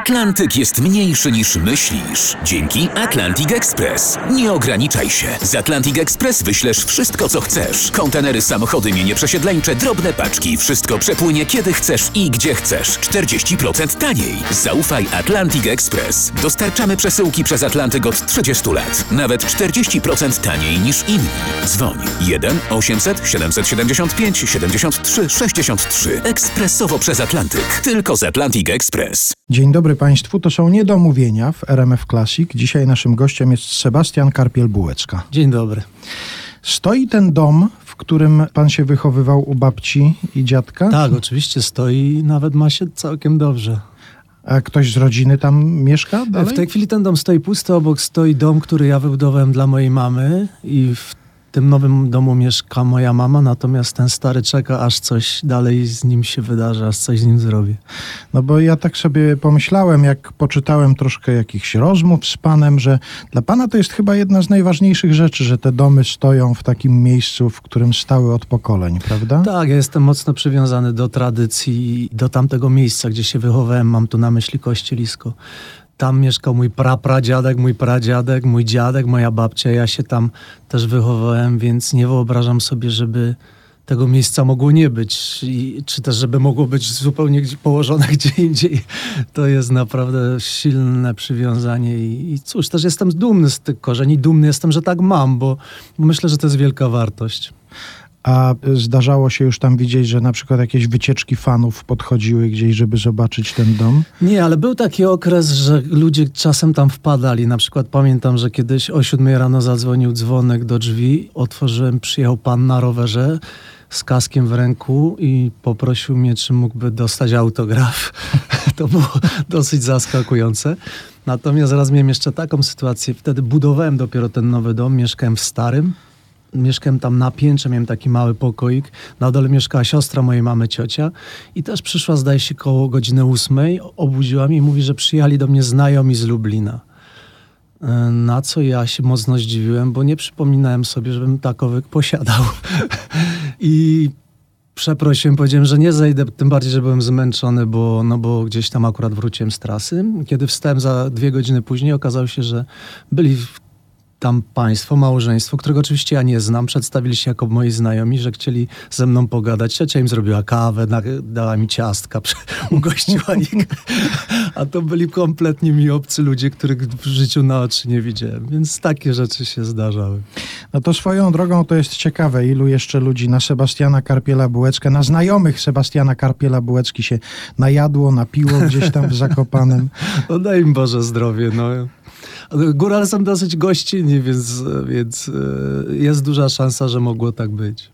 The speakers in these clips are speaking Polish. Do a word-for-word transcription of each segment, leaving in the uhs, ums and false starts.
Atlantyk jest mniejszy niż myślisz. Dzięki Atlantic Express. Nie ograniczaj się. Z Atlantic Express wyślesz wszystko, co chcesz. Kontenery, samochody, mienie przesiedleńcze, drobne paczki. Wszystko przepłynie kiedy chcesz i gdzie chcesz. czterdzieści procent taniej. Zaufaj Atlantic Express. Dostarczamy przesyłki przez Atlantyk od trzydziestu lat. Nawet czterdzieści procent taniej niż inni. Dzwoń jeden osiemset siedemset siedemdziesiąt pięć siedemdziesiąt trzy sześćdziesiąt trzy. Ekspresowo przez Atlantyk. Tylko z Atlantic Express. Dzień dobry Państwu, to są Niedomówienia w R M F Classic. Dzisiaj naszym gościem jest Sebastian Karpiel-Bułecka. Dzień dobry. Stoi ten dom, w którym pan się wychowywał u babci i dziadka? Tak, oczywiście stoi i nawet ma się całkiem dobrze. A ktoś z rodziny tam mieszka dalej? W tej chwili ten dom stoi pusty, obok stoi dom, który ja wybudowałem dla mojej mamy i w tym nowym domu mieszka moja mama, natomiast ten stary czeka, aż coś dalej z nim się wydarzy, aż coś z nim zrobię. No bo ja tak sobie pomyślałem, jak poczytałem troszkę jakichś rozmów z panem, że dla pana to jest chyba jedna z najważniejszych rzeczy, że te domy stoją w takim miejscu, w którym stały od pokoleń, prawda? Tak, ja jestem mocno przywiązany do tradycji, do tamtego miejsca, gdzie się wychowałem, mam tu na myśli Kościelisko. Tam mieszkał mój prapradziadek, mój pradziadek, mój dziadek, moja babcia. Ja się tam też wychowałem, więc nie wyobrażam sobie, żeby tego miejsca mogło nie być. I, czy też, żeby mogło być zupełnie położone gdzie indziej. To jest naprawdę silne przywiązanie. I, i cóż, też jestem dumny z tych korzeni. Dumny jestem, że tak mam, bo, bo myślę, że to jest wielka wartość. A zdarzało się już tam widzieć, że na przykład jakieś wycieczki fanów podchodziły gdzieś, żeby zobaczyć ten dom? Nie, ale był taki okres, że ludzie czasem tam wpadali. Na przykład pamiętam, że kiedyś o siódmej rano zadzwonił dzwonek do drzwi. Otworzyłem, przyjechał pan na rowerze z kaskiem w ręku i poprosił mnie, czy mógłby dostać autograf. To było dosyć zaskakujące. Natomiast raz miałem jeszcze taką sytuację. Wtedy budowałem dopiero ten nowy dom, mieszkałem w starym. Mieszkałem tam na piętrze, miałem taki mały pokoik. Na dole mieszkała siostra mojej mamy, ciocia. I też przyszła, zdaje się, koło godziny ósmej. Obudziła mnie i mówi, że przyjechali do mnie znajomi z Lublina. Na co ja się mocno zdziwiłem, bo nie przypominałem sobie, żebym takowych posiadał. I przeprosiłem, powiedziałem, że nie zejdę, tym bardziej, że byłem zmęczony, bo, no bo gdzieś tam akurat wróciłem z trasy. Kiedy wstałem za dwie godziny później, okazało się, że byli w tam państwo, małżeństwo, którego oczywiście ja nie znam, przedstawili się jako moi znajomi, że chcieli ze mną pogadać. Ciocia im zrobiła kawę, dała mi ciastka, ugościła ich. A to byli kompletnie mi obcy ludzie, których w życiu na oczy nie widziałem. Więc takie rzeczy się zdarzały. No to swoją drogą to jest ciekawe, ilu jeszcze ludzi na Sebastiana Karpiela-Bułeckę, na znajomych Sebastiana Karpiela-Bułecki się najadło, napiło gdzieś tam w Zakopanem. No daj im Boże zdrowie, no. Górale są dosyć gościnni, więc, więc jest duża szansa, że mogło tak być.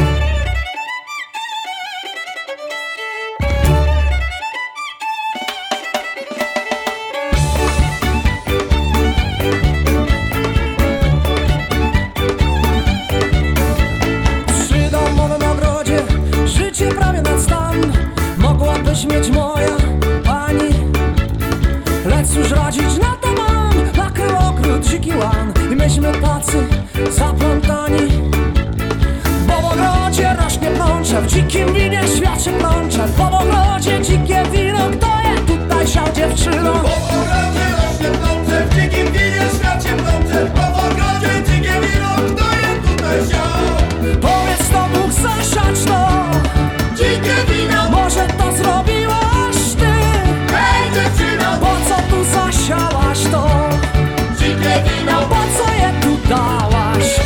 Przy domowym ogrodzie życie prawie nad stan. Mogłabyś mieć moja pani, lecz już radzić na to mam. Nakrył ogród dziki łan i myśmy tacy zaplątani. Bo w ogrodzie rośnie plącze, w dzikim winie świat się plącze. Bo w ogrodzie dzikie wino, kto je tutaj siał dziewczyną? Bo w ogrodzie rośnie plącze, w dzikim winie świat się plącze. Bo w ogrodzie dzikie wino, kto je tutaj siał? Powiedz to Bóg zasiać to, Dzikie wino, może to zrobiłaś ty. hej dziewczyno, Po co tu zasiałaś to? dzikie wino. Po co je tu dałaś?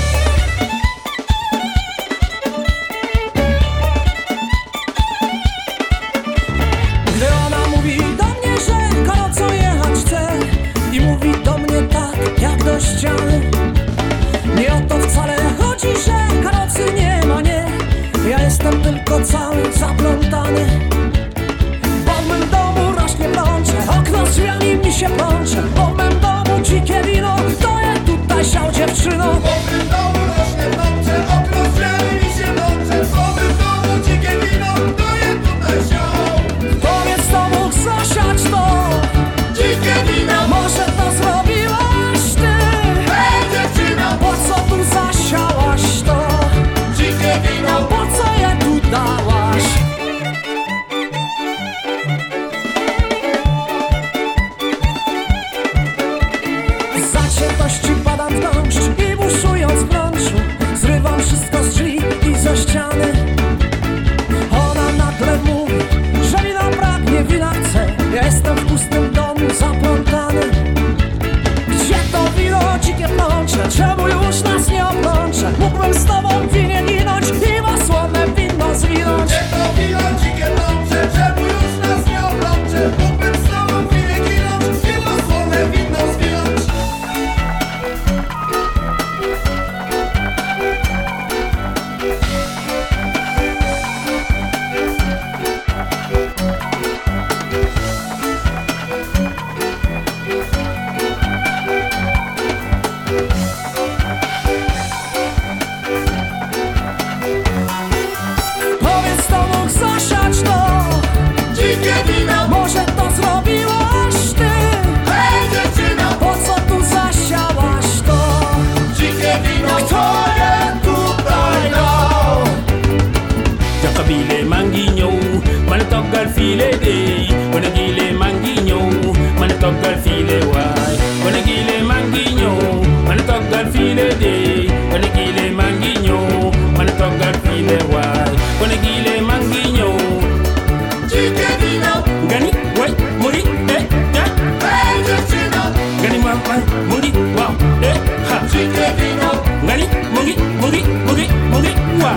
Gdy ona mówi do mnie, że koło jechać chce i mówi do mnie tak jak do ściany. Nie o to wcale chodzi, że karocy nie ma, nie. Ja jestem tylko cały zaplątany. Bo w mym domu rośnie plącze, okno z drzwiami mi się plącze. Bo w mym domu dzikie wino, kto je tutaj siał dziewczyną? Bo w tym domu rośnie plącze, okno z drzwiami mi się plącze. Bo w tym domu dzikie wino, kto je tutaj siał? Powiedz to Bóg zasiać to, Dzikie wino, może to zrobiłaś ty. hej dziewczyno, Po co tu zasiałaś to? dzikie wino. Po co je tu dałaś? Jestem w pustym domu zaplątany. Gdzie to wino, dzikie plącze? Czemu już nas nie oplącze? Mógłbym z tobą w winie ginąć i masłone winno zwinąć. Gdzie to wino, dzikie plącze? Czemu już nas nie oplącze? Mógłbym z tobą w winie ginąć i masłone winno zwinąć. Powiedz, to mógł zasiać to. Dzikie wino, Może to zrobiłaś ty. hej dziewczyno, Po co tu zasiałaś to? dzikie wino, Kto je tutaj dał? Jakabile manginyo, mana toggal file dey. Wana gile manginyo, mana toggal file wai. Wana gile manginyo, mana toggal file dey. Wana gile manginyo, mana toggal file wai. Wana gile manginyo, dzikie wino, gani wai muri eh ja. hej dziewczyno, Gani ma ma muri wow eh ha. dzikie wino, Gani mugi mugi mugi mugi wa.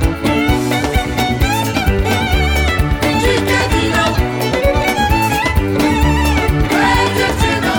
dzikie wino, hej dziewczyno,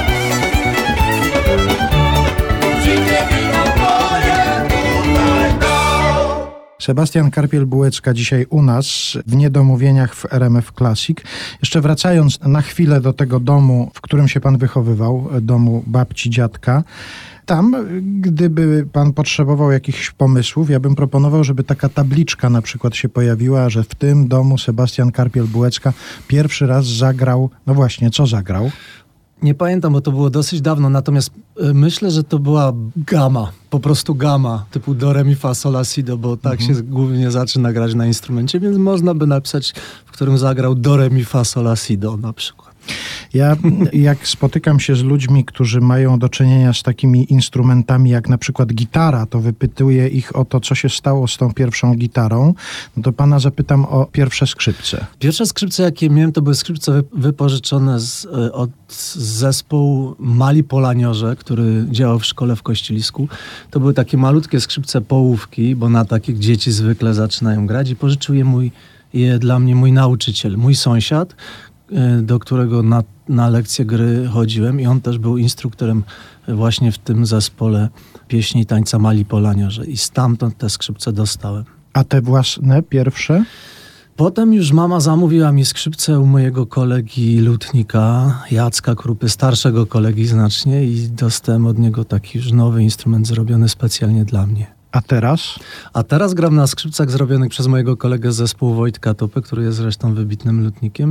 dzikie wino moje tutaj dał. Sebastian Karpiel-Bułecka dzisiaj u nas w Niedomówieniach w R M F Classic. Jeszcze wracając na chwilę do tego domu, w którym się pan wychowywał, domu babci, dziadka. Tam, gdyby pan potrzebował jakichś pomysłów, ja bym proponował, żeby taka tabliczka na przykład się pojawiła, że w tym domu Sebastian Karpiel-Bułecka pierwszy raz zagrał, no właśnie, co zagrał? Nie pamiętam, bo to było dosyć dawno, natomiast y, myślę, że to była gama, po prostu gama, typu do, re, mi, fa, sol, la, si, do, bo tak się głównie zaczyna grać na instrumencie, więc można by napisać, w którym zagrał do, re, mi, fa, sol, la, si, do na przykład. Ja jak spotykam się z ludźmi, którzy mają do czynienia z takimi instrumentami jak na przykład gitara, to wypytuję ich o to, co się stało z tą pierwszą gitarą, no to pana zapytam o pierwsze skrzypce. Pierwsze skrzypce, jakie miałem, to były skrzypce wy, wypożyczone z, y, od zespołu Mali Polaniorze, który działał w szkole w Kościelisku. To były takie malutkie skrzypce połówki, bo na takich dzieci zwykle zaczynają grać i pożyczył je, mój, je dla mnie mój nauczyciel, mój sąsiad, y, do którego na, na lekcje gry chodziłem i on też był instruktorem właśnie w tym zespole pieśni i tańca Mali Polaniorze i stamtąd te skrzypce dostałem. A te własne pierwsze? Potem już mama zamówiła mi skrzypce u mojego kolegi lutnika, Jacka Krupy, starszego kolegi znacznie i dostałem od niego taki już nowy instrument zrobiony specjalnie dla mnie. A teraz? A teraz gram na skrzypcach zrobionych przez mojego kolegę z zespołu Wojtka Topy, który jest zresztą wybitnym lutnikiem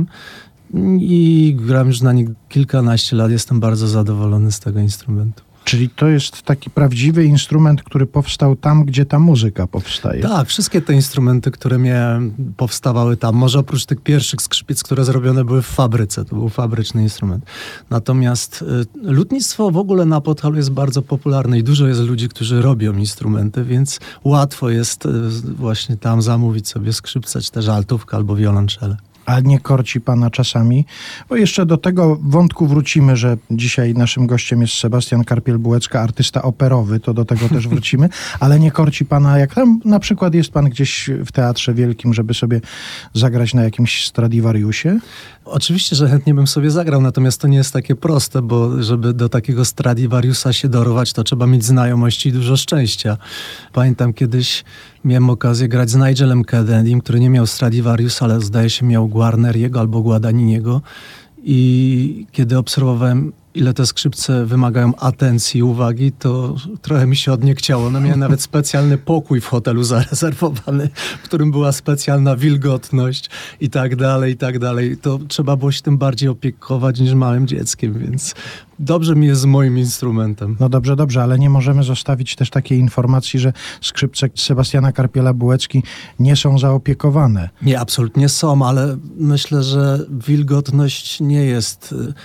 i gram już na nich kilkanaście lat. Jestem bardzo zadowolony z tego instrumentu. Czyli to jest taki prawdziwy instrument, który powstał tam, gdzie ta muzyka powstaje. Tak, wszystkie te instrumenty, które miałem, powstawały tam. Może oprócz tych pierwszych skrzypiec, które zrobione były w fabryce. To był fabryczny instrument. Natomiast y, lutnictwo w ogóle na Podhalu jest bardzo popularne i dużo jest ludzi, którzy robią instrumenty, więc łatwo jest y, właśnie tam zamówić sobie skrzypce, czy też altówkę albo wiolonczelę. A nie korci pana czasami? Bo jeszcze do tego wątku wrócimy, że dzisiaj naszym gościem jest Sebastian Karpiel-Bułecka, artysta operowy, to do tego też wrócimy, ale nie korci pana, jak tam na przykład jest pan gdzieś w Teatrze Wielkim, żeby sobie zagrać na jakimś Stradivariusie? Oczywiście, że chętnie bym sobie zagrał, natomiast to nie jest takie proste, bo żeby do takiego Stradivariusa się dorwać, to trzeba mieć znajomości i dużo szczęścia. Pamiętam kiedyś miałem okazję grać z Nigelem Kennedym, który nie miał Stradivariusa, ale zdaje się miał Guarneriego albo Guadagniniego i kiedy obserwowałem, ile te skrzypce wymagają atencji i uwagi, to trochę mi się od nie chciało. No miałem nawet specjalny pokój w hotelu zarezerwowany, w którym była specjalna wilgotność i tak dalej, i tak dalej. To trzeba było się tym bardziej opiekować niż małym dzieckiem, więc dobrze mi jest z moim instrumentem. No dobrze, dobrze, ale nie możemy zostawić też takiej informacji, że skrzypce Sebastiana Karpiela-Bułecki nie są zaopiekowane. Nie, absolutnie są, ale myślę, że wilgotność nie jest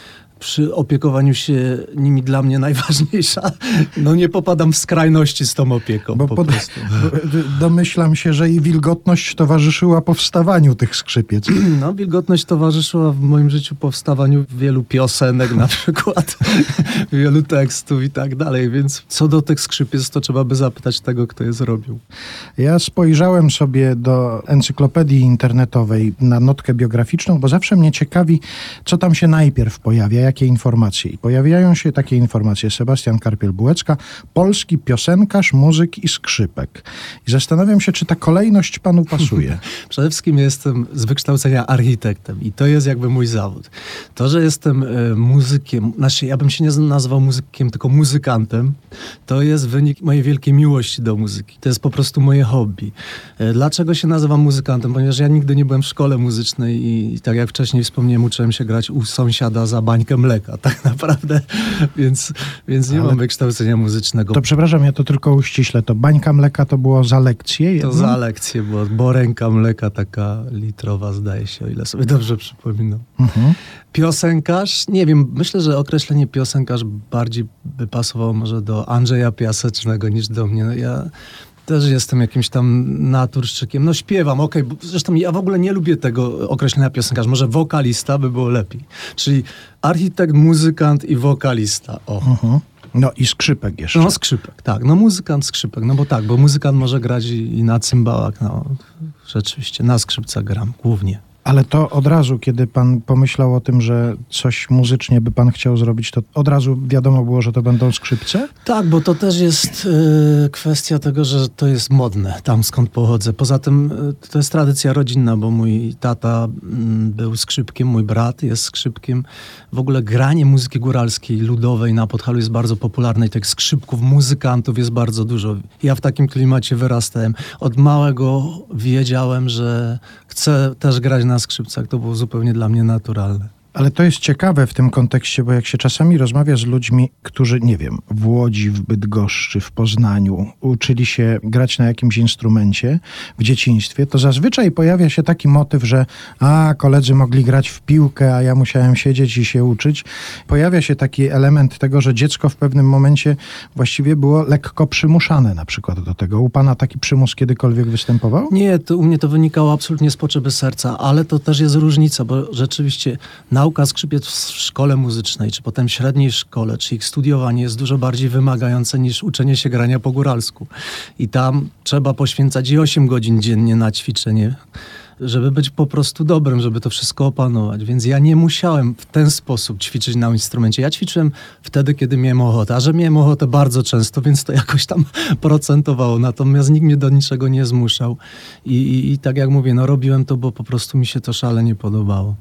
przy opiekowaniu się nimi dla mnie najważniejsza. No nie popadam w skrajności z tą opieką Bo po pod, prostu. bo, domyślam się, że i wilgotność towarzyszyła powstawaniu tych skrzypiec. No, wilgotność towarzyszyła w moim życiu powstawaniu wielu piosenek na przykład, wielu tekstów i tak dalej, więc co do tych skrzypiec, to trzeba by zapytać tego, kto je zrobił. Ja spojrzałem sobie do encyklopedii internetowej na notkę biograficzną, bo zawsze mnie ciekawi, co tam się najpierw pojawia, jakie informacje. I pojawiają się takie informacje. Sebastian Karpiel-Bułecka, polski piosenkarz, muzyk i skrzypek. I zastanawiam się, czy ta kolejność panu pasuje. Przede wszystkim jestem z wykształcenia architektem i to jest jakby mój zawód. To, że jestem e, muzykiem, znaczy ja bym się nie nazywał muzykiem, tylko muzykantem, to jest wynik mojej wielkiej miłości do muzyki. To jest po prostu moje hobby. E, dlaczego się nazywam muzykantem? Ponieważ ja nigdy nie byłem w szkole muzycznej i, i tak jak wcześniej wspomniałem, uczyłem się grać u sąsiada za bańkę mleka, tak naprawdę, więc, więc nie Ale mam wykształcenia muzycznego. To przepraszam, ja to tylko uściślę. To bańka mleka to było za lekcję? To jedną? za lekcję było, bo ręka mleka taka litrowa, zdaje się, o ile sobie dobrze przypominam. Mhm. Piosenkarz, nie wiem, myślę, że określenie piosenkarz bardziej by pasowało może do Andrzeja Piasecznego niż do mnie. No ja też jestem jakimś tam naturszczykiem. No śpiewam, okej, okay, zresztą ja w ogóle nie lubię tego określenia piosenkarz, może wokalista by było lepiej. Czyli architekt, muzykant i wokalista, o. Mhm. No i skrzypek jeszcze. No skrzypek, tak. No muzykant, skrzypek. No bo tak, bo muzykant może grać i, i na cymbałach. No rzeczywiście, na skrzypcach gram głównie. Ale to od razu, kiedy pan pomyślał o tym, że coś muzycznie by pan chciał zrobić, to od razu wiadomo było, że to będą skrzypce? Tak, bo to też jest y, kwestia tego, że to jest modne, tam skąd pochodzę. Poza tym y, to jest tradycja rodzinna, bo mój tata y, był skrzypkiem, mój brat jest skrzypkiem. W ogóle granie muzyki góralskiej, ludowej na Podhalu jest bardzo popularne i tych skrzypków, muzykantów jest bardzo dużo. Ja w takim klimacie wyrastałem. Od małego wiedziałem, że chcę też grać na skrzypcach. To było zupełnie dla mnie naturalne. Ale to jest ciekawe w tym kontekście, bo jak się czasami rozmawia z ludźmi, którzy, nie wiem, w Łodzi, w Bydgoszczy, w Poznaniu uczyli się grać na jakimś instrumencie w dzieciństwie, to zazwyczaj pojawia się taki motyw, że a, koledzy mogli grać w piłkę, a ja musiałem siedzieć i się uczyć. Pojawia się taki element tego, że dziecko w pewnym momencie właściwie było lekko przymuszane na przykład do tego. U pana taki przymus kiedykolwiek występował? Nie, to u mnie to wynikało absolutnie z potrzeby serca, ale to też jest różnica, bo rzeczywiście nauka skrzypiec w szkole muzycznej, czy potem w średniej szkole, czy ich studiowanie jest dużo bardziej wymagające niż uczenie się grania po góralsku. I tam trzeba poświęcać i osiem godzin dziennie na ćwiczenie, żeby być po prostu dobrym, żeby to wszystko opanować. Więc ja nie musiałem w ten sposób ćwiczyć na instrumencie. Ja ćwiczyłem wtedy, kiedy miałem ochotę, a że miałem ochotę bardzo często, więc to jakoś tam procentowało. Natomiast nikt mnie do niczego nie zmuszał. I, i, i tak jak mówię, no robiłem to, bo po prostu mi się to szalenie podobało.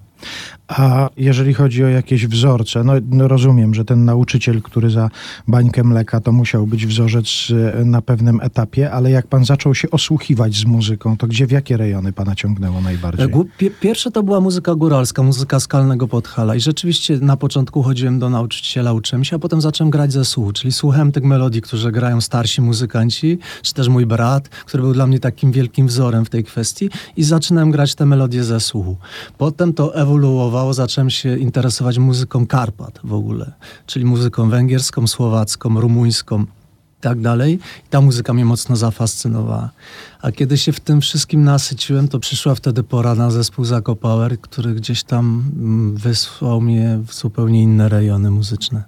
A jeżeli chodzi o jakieś wzorce, no, no rozumiem, że ten nauczyciel, który za bańkę mleka, to musiał być wzorzec e, na pewnym etapie, ale jak pan zaczął się osłuchiwać z muzyką, to gdzie, w jakie rejony pana ciągnęło najbardziej? Gó- pie- Pierwsze to była muzyka góralska, muzyka skalnego Podhala i rzeczywiście na początku chodziłem do nauczyciela, uczyłem się, a potem zacząłem grać ze słuchu, czyli słuchałem tych melodii, które grają starsi muzykanci, czy też mój brat, który był dla mnie takim wielkim wzorem w tej kwestii i zaczynałem grać te melodie ze słuchu. Potem to ewoluowało, zacząłem się interesować muzyką Karpat w ogóle, czyli muzyką węgierską, słowacką, rumuńską, tak dalej. I ta muzyka mnie mocno zafascynowała. A kiedy się w tym wszystkim nasyciłem, to przyszła wtedy pora na zespół Zakopauer, który gdzieś tam mm, wysłał mnie w zupełnie inne rejony muzyczne.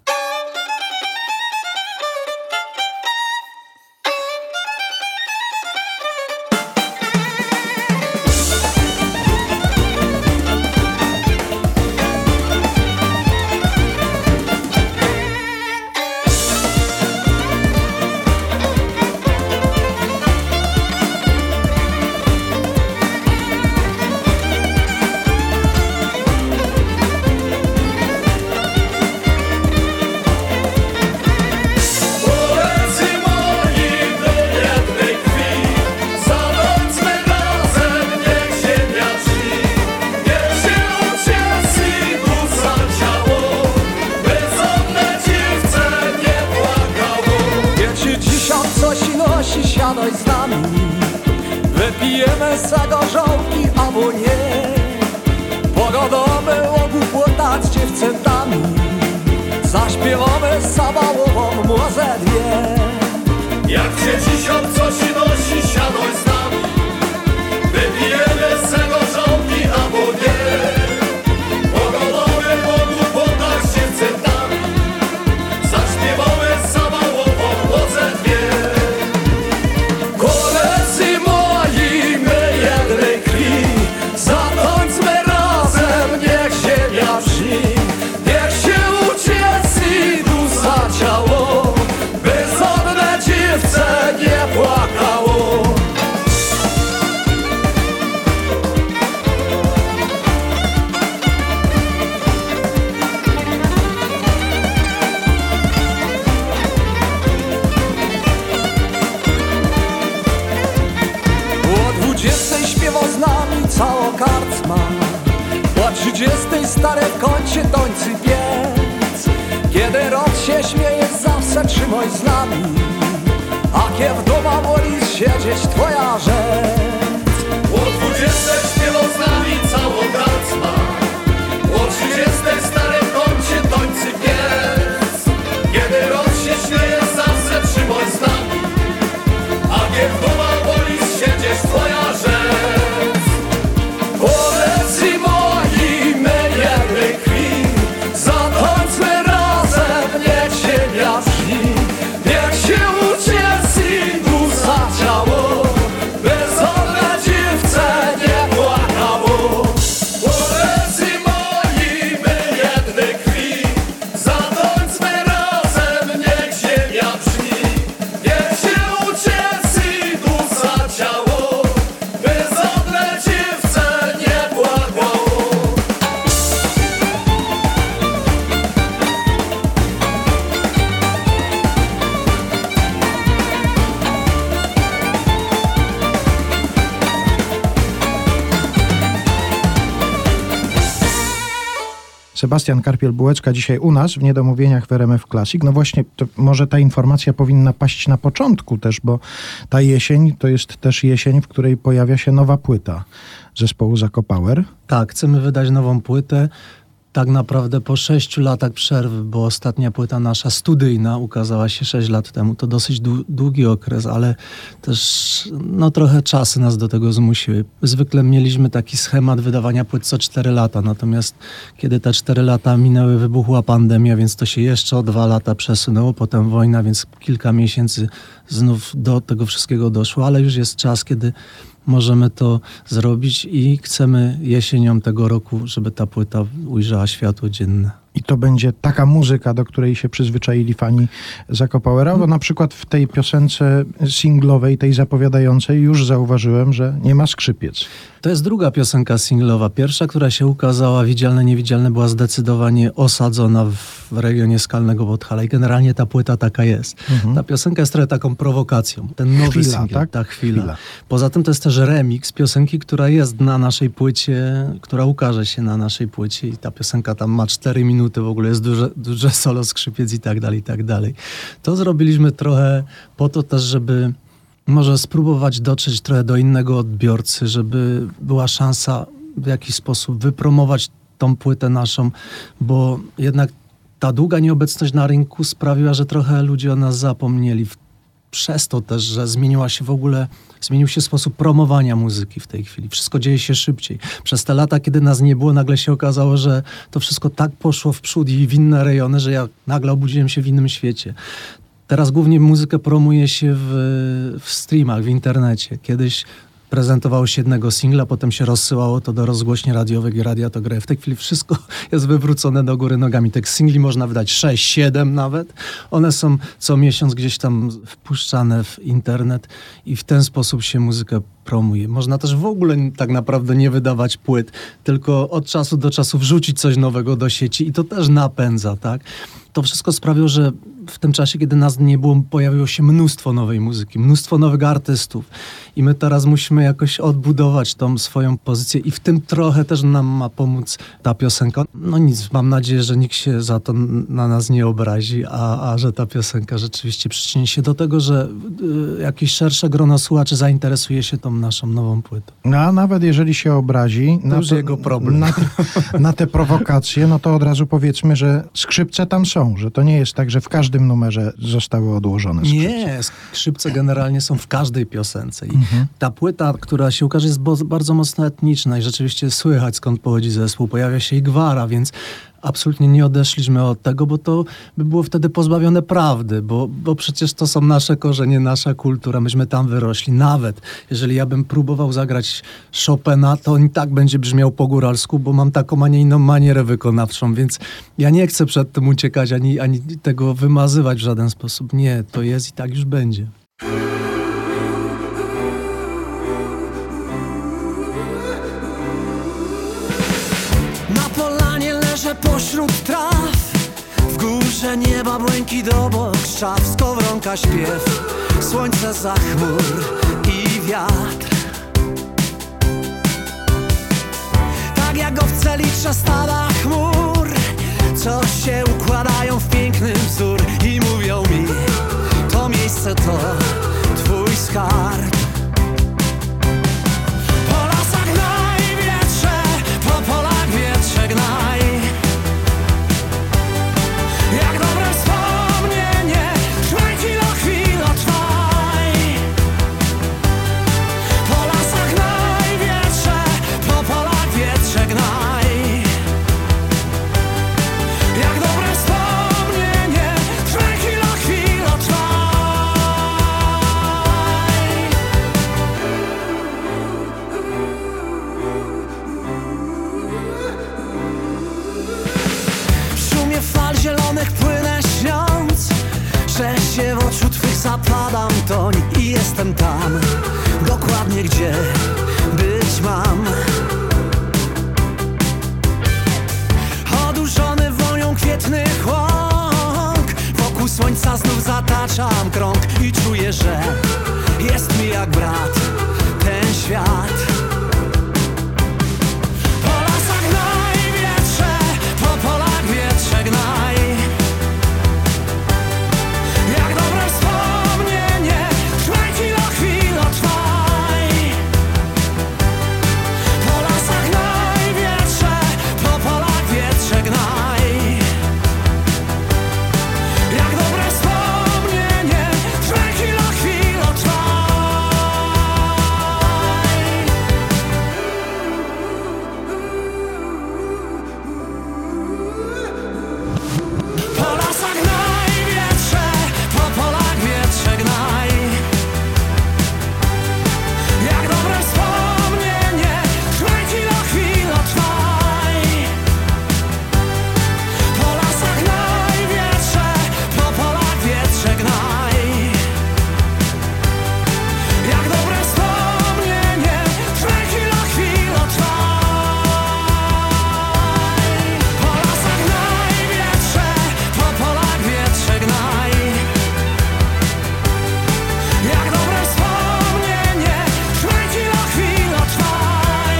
Polecy moi do jednej krwi, zabądźmy razem, niech ziemia drzwi, niech się ucieszi dusza ciało, by żadne dziewczę nie płakało. Wiecie, dzisiaj coś nosi, siadaj z nami. Wypijemy za gorzałki albo nie. Pogadamy o głupotach z dziewczętami. zaśpiewamy zabałową młode dwie. Jak dziesiąt coś nosi, siadaj z nami, wypijemy z tego żołki albo nie. Pogodowe po głupotach się centami, zaśpiewamy zabałową młode dwie. Koledzy moi, my jednej krwi, zatańczmy razem, niech ziemia brzmi. Niech się ucieszi dusza ciało, bezodne dziewczę nie płakało. O dwudziestej śpiewa z nami cała karczma, o trzydziestej stare w kącie tońcy piec. Kiedy rok się śmieje, zawsze trzymaj z nami, a kiedy w domu woli siedzieć twoja rzecz. O dwudziestej śpiewa z nami cała karczma, o trzydziestej stare w kącie tońcy piec. Kiedy rok się śmieje, zawsze trzymaj z nami, a nie w domu woli siedzieć twoja rzecz. Koledzy moi, my jednej krwi, zatańczmy razem, niech ziemia brzmi. Niech się ucieszi dusza ciało, bezodne dziewczę nie płakało. Koledzy moi, my jednej krwi, zatańczmy razem, niech ziemia brzmi. Niech się ucieszi dusza ciało, bezodne dziewczę nie płakało. Sebastian Karpiel-Bułecka dzisiaj u nas w Niedomówieniach w R M F Classic. No właśnie, to może ta informacja powinna paść na początku też, bo ta jesień to jest też jesień, w której pojawia się nowa płyta zespołu Zakopower. Tak, chcemy wydać nową płytę. Tak naprawdę po sześciu latach przerwy, bo ostatnia płyta nasza studyjna ukazała się sześć lat temu. To dosyć dłu- długi okres, ale też no, trochę czasy nas do tego zmusiły. Zwykle mieliśmy taki schemat wydawania płyt co cztery lata, natomiast kiedy te cztery lata minęły, wybuchła pandemia, więc to się jeszcze o dwa lata przesunęło. Potem wojna, więc kilka miesięcy znów do tego wszystkiego doszło, ale już jest czas, kiedy możemy to zrobić i chcemy jesienią tego roku, żeby ta płyta ujrzała światło dzienne. I to będzie taka muzyka, do której się przyzwyczaili fani Zakopowera, bo na przykład w tej piosence singlowej, tej zapowiadającej, już zauważyłem, że nie ma skrzypiec. To jest druga piosenka singlowa. Pierwsza, która się ukazała, Widzialne, Niewidzialne, była zdecydowanie osadzona w regionie Skalnego Podhala i generalnie ta płyta taka jest. Mhm. Ta piosenka jest trochę taką prowokacją. Ten nowy Chwila, singiel, tak? ta chwila. Chwila. Poza tym to jest też remix piosenki, która jest na naszej płycie, która ukaże się na naszej płycie i ta piosenka tam ma cztery minuty, w ogóle jest duże, duże solo skrzypiec i tak dalej, i tak dalej. To zrobiliśmy trochę po to też, żeby może spróbować dotrzeć trochę do innego odbiorcy, żeby była szansa w jakiś sposób wypromować tą płytę naszą, bo jednak ta długa nieobecność na rynku sprawiła, że trochę ludzie o nas zapomnieli. Przez to też, że zmieniła się w ogóle, zmienił się sposób promowania muzyki w tej chwili. Wszystko dzieje się szybciej. Przez te lata, kiedy nas nie było, nagle się okazało, że to wszystko tak poszło w przód i w inne rejony, że ja nagle obudziłem się w innym świecie. Teraz głównie muzykę promuje się w, w streamach, w internecie. Kiedyś prezentowało się jednego singla, potem się rozsyłało to do rozgłośni radiowych i radia to graje. W tej chwili wszystko jest wywrócone do góry nogami. Tych singli można wydać sześć, siedem nawet. One są co miesiąc gdzieś tam wpuszczane w internet i w ten sposób się muzykę promuje. Można też w ogóle tak naprawdę nie wydawać płyt, tylko od czasu do czasu wrzucić coś nowego do sieci i to też napędza, tak? To wszystko sprawiło, że w tym czasie, kiedy nas nie było, pojawiło się mnóstwo nowej muzyki, mnóstwo nowych artystów i my teraz musimy jakoś odbudować tą swoją pozycję i w tym trochę też nam ma pomóc ta piosenka. No nic, mam nadzieję, że nikt się za to na nas nie obrazi, a, a że ta piosenka rzeczywiście przyczyni się do tego, że y, jakieś szersze grono słuchaczy zainteresuje się tą naszą nową płytą. No a nawet jeżeli się obrazi na, już jego problem. Na, na te prowokacje, no to od razu powiedzmy, że skrzypce tam są, że to nie jest tak, że w każdym numerze zostały odłożone skrzypce. Nie, skrzypce generalnie są w każdej piosence. I Mhm. ta płyta, która się ukaże, jest bo, bardzo mocno etniczna i rzeczywiście słychać, skąd pochodzi zespół. Pojawia się i gwara, więc absolutnie nie odeszliśmy od tego, bo to by było wtedy pozbawione prawdy, bo, bo przecież to są nasze korzenie, nasza kultura, myśmy tam wyrośli. Nawet jeżeli ja bym próbował zagrać Chopina, to on i tak będzie brzmiał po góralsku, bo mam taką, a nie inną manierę wykonawczą, więc ja nie chcę przed tym uciekać, ani, ani tego wymazywać w żaden sposób. Nie, to jest i tak już będzie. Na polanie leżę pośród traw, w górze nieba błękit obok szaf, skowronka śpiew, słońce za chmur i wiatr. Tak jak owce liczę stada chmur, co się układają w piękny wzór i mówią mi, to miejsce to twój skarb. Po lasach gnaj wietrze, po polach wietrze gnaj. Jak dobre wspomnienie, trwaj chwilo, chwilo, trwaj. Po lasach gnaj wietrze, po polach wietrze gnaj. Jak dobre wspomnienie, trwaj chwilo, chwilo, trwaj. W szumie fal zielonych płynę śniąc, że się w oczu twych zapadam toń i jestem tam, dokładnie gdzie być mam. Odurzony wonią kwietnych łąk, wokół słońca znów zataczam krąg i czuję, że jest mi jak brat ten świat. Po lasach gnaj wietrze, po polach wietrze gnaj. Jak dobre wspomnienie, trwaj chwilo, chwilo, trwaj. Po lasach gnaj wietrze, po polach wietrze gnaj. Jak dobre wspomnienie, trwaj chwilo, chwilo, trwaj. Po lasach gnaj wietrze, po polach wietrze gnaj. Jak dobre wspomnienie, trwaj chwilo, chwilo, trwaj. Po lasach gnaj wietrze, po polach wietrze gnaj. Jak dobre wspomnienie, trwaj chwilo, chwilo, trwaj. Po lasach gnaj wietrze, po polach wietrze gnaj. Jak dobre wspomnienie, trwaj chwilo, chwilo, trwaj.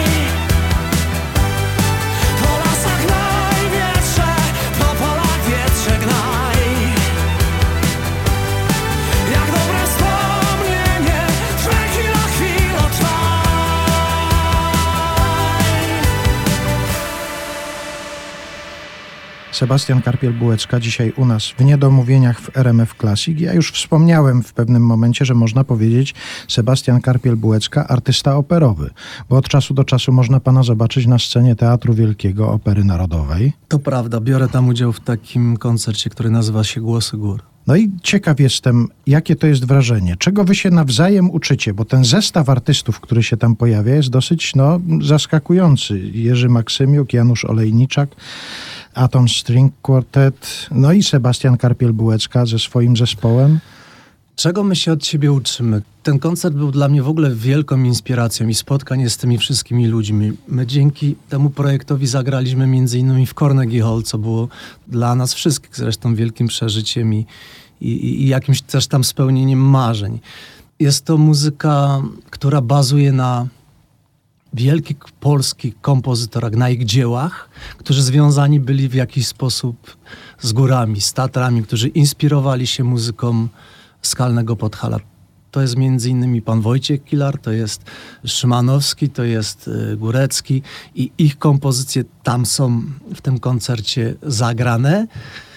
Po lasach gnaj wietrze, po polach wietrze gnaj. Jak dobre wspomnienie, trwaj chwilo, chwilo, trwaj. Sebastian Karpiel-Bułecka dzisiaj u nas w Niedomówieniach w R M F Classic. Ja już wspomniałem w pewnym momencie, że można powiedzieć Sebastian Karpiel-Bułecka, artysta operowy, bo od czasu do czasu można pana zobaczyć na scenie Teatru Wielkiego Opery Narodowej. To prawda, biorę tam udział w takim koncercie, który nazywa się Głosy Gór. No i ciekaw jestem, jakie to jest wrażenie, czego wy się nawzajem uczycie, bo ten zestaw artystów, który się tam pojawia, jest dosyć no, zaskakujący. Jerzy Maksymiuk, Janusz Olejniczak, Atom String Quartet, no i Sebastian Karpiel-Bułecka ze swoim zespołem. Czego my się od siebie uczymy? Ten koncert był dla mnie w ogóle wielką inspiracją i spotkanie z tymi wszystkimi ludźmi. My dzięki temu projektowi zagraliśmy między innymi w Carnegie Hall, co było dla nas wszystkich zresztą wielkim przeżyciem i, i, i jakimś też tam spełnieniem marzeń. Jest to muzyka, która bazuje na wielkich polskich kompozytorach, na ich dziełach, którzy związani byli w jakiś sposób z górami, z Tatrami, którzy inspirowali się muzyką Skalnego Podhala. to jest między innymi pan Wojciech Kilar, to jest Szymanowski, to jest y, Górecki i ich kompozycje tam są w tym koncercie zagrane,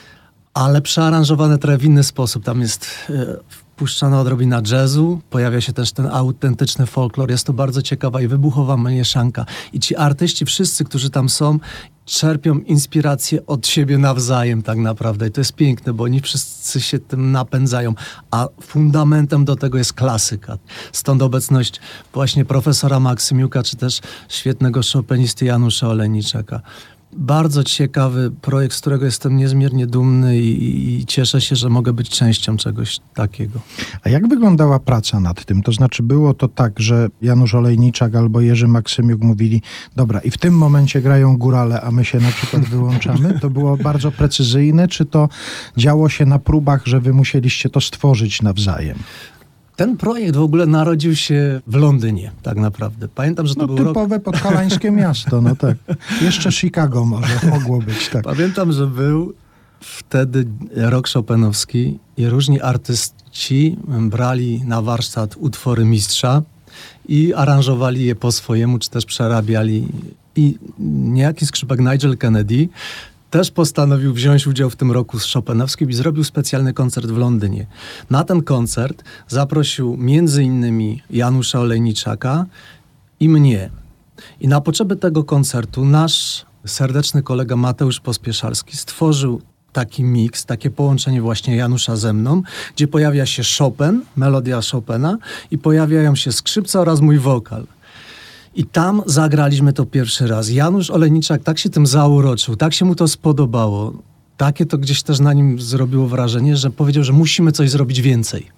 ale przearanżowane trochę w inny sposób. Tam jest y, wpuszczana odrobina jazzu, pojawia się też ten autentyczny folklor. Jest to bardzo ciekawa i wybuchowa mieszanka. I ci artyści, wszyscy, którzy tam są, czerpią inspirację od siebie nawzajem tak naprawdę. I to jest piękne, bo oni wszyscy się tym napędzają. A fundamentem do tego jest klasyka. Stąd obecność właśnie profesora Maksymiuka, czy też świetnego szopenisty Janusza Olejniczaka. Bardzo ciekawy projekt, z którego jestem niezmiernie dumny i, i cieszę się, że mogę być częścią czegoś takiego. A jak wyglądała praca nad tym? To znaczy było to tak, że Janusz Olejniczak albo Jerzy Maksymiuk mówili, dobra, i w tym momencie grają górale, a my się na przykład wyłączamy? To było bardzo precyzyjne, czy to działo się na próbach, że wy musieliście to stworzyć nawzajem? Ten projekt w ogóle narodził się w Londynie, tak naprawdę. Pamiętam, że to No był rok... typowe podhalańskie miasto, no tak. Jeszcze Chicago może mogło być, tak. Pamiętam, że był wtedy rok chopinowski i różni artyści brali na warsztat utwory mistrza i aranżowali je po swojemu, czy też przerabiali. I niejaki skrzypek Nigel Kennedy też postanowił wziąć udział w tym roku z chopinowskim i zrobił specjalny koncert w Londynie. Na ten koncert zaprosił między innymi Janusza Olejniczaka i mnie. I na potrzeby tego koncertu nasz serdeczny kolega Mateusz Pospieszalski stworzył taki miks, takie połączenie właśnie Janusza ze mną, gdzie pojawia się Chopin, melodia Chopina i pojawiają się skrzypce oraz mój wokal. I tam zagraliśmy to pierwszy raz. Janusz Olejniczak tak się tym zauroczył, tak się mu to spodobało. Takie to gdzieś też na nim zrobiło wrażenie, że powiedział, że musimy coś zrobić więcej.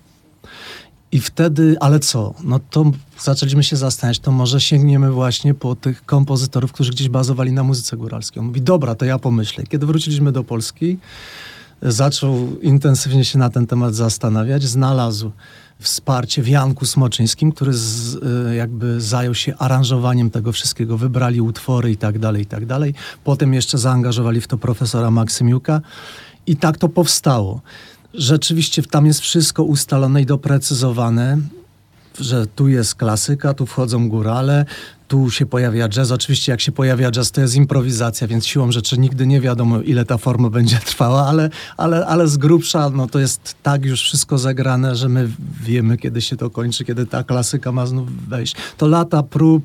I wtedy, ale co? No to zaczęliśmy się zastanawiać, to może sięgniemy właśnie po tych kompozytorów, którzy gdzieś bazowali na muzyce góralskiej. On mówi, dobra, to ja pomyślę. Kiedy wróciliśmy do Polski, zaczął intensywnie się na ten temat zastanawiać, znalazł wsparcie w Janku Smoczyńskim, który z, jakby zajął się aranżowaniem tego wszystkiego, wybrali utwory i tak dalej, i tak dalej. Potem jeszcze zaangażowali w to profesora Maksymiuka i tak to powstało. Rzeczywiście tam jest wszystko ustalone i doprecyzowane, że tu jest klasyka, tu wchodzą górale, tu się pojawia jazz. Oczywiście jak się pojawia jazz, to jest improwizacja, więc siłą rzeczy nigdy nie wiadomo, ile ta forma będzie trwała, ale, ale, ale z grubsza no, to jest tak już wszystko zagrane, że my wiemy, kiedy się to kończy, kiedy ta klasyka ma znów wejść. To lata prób,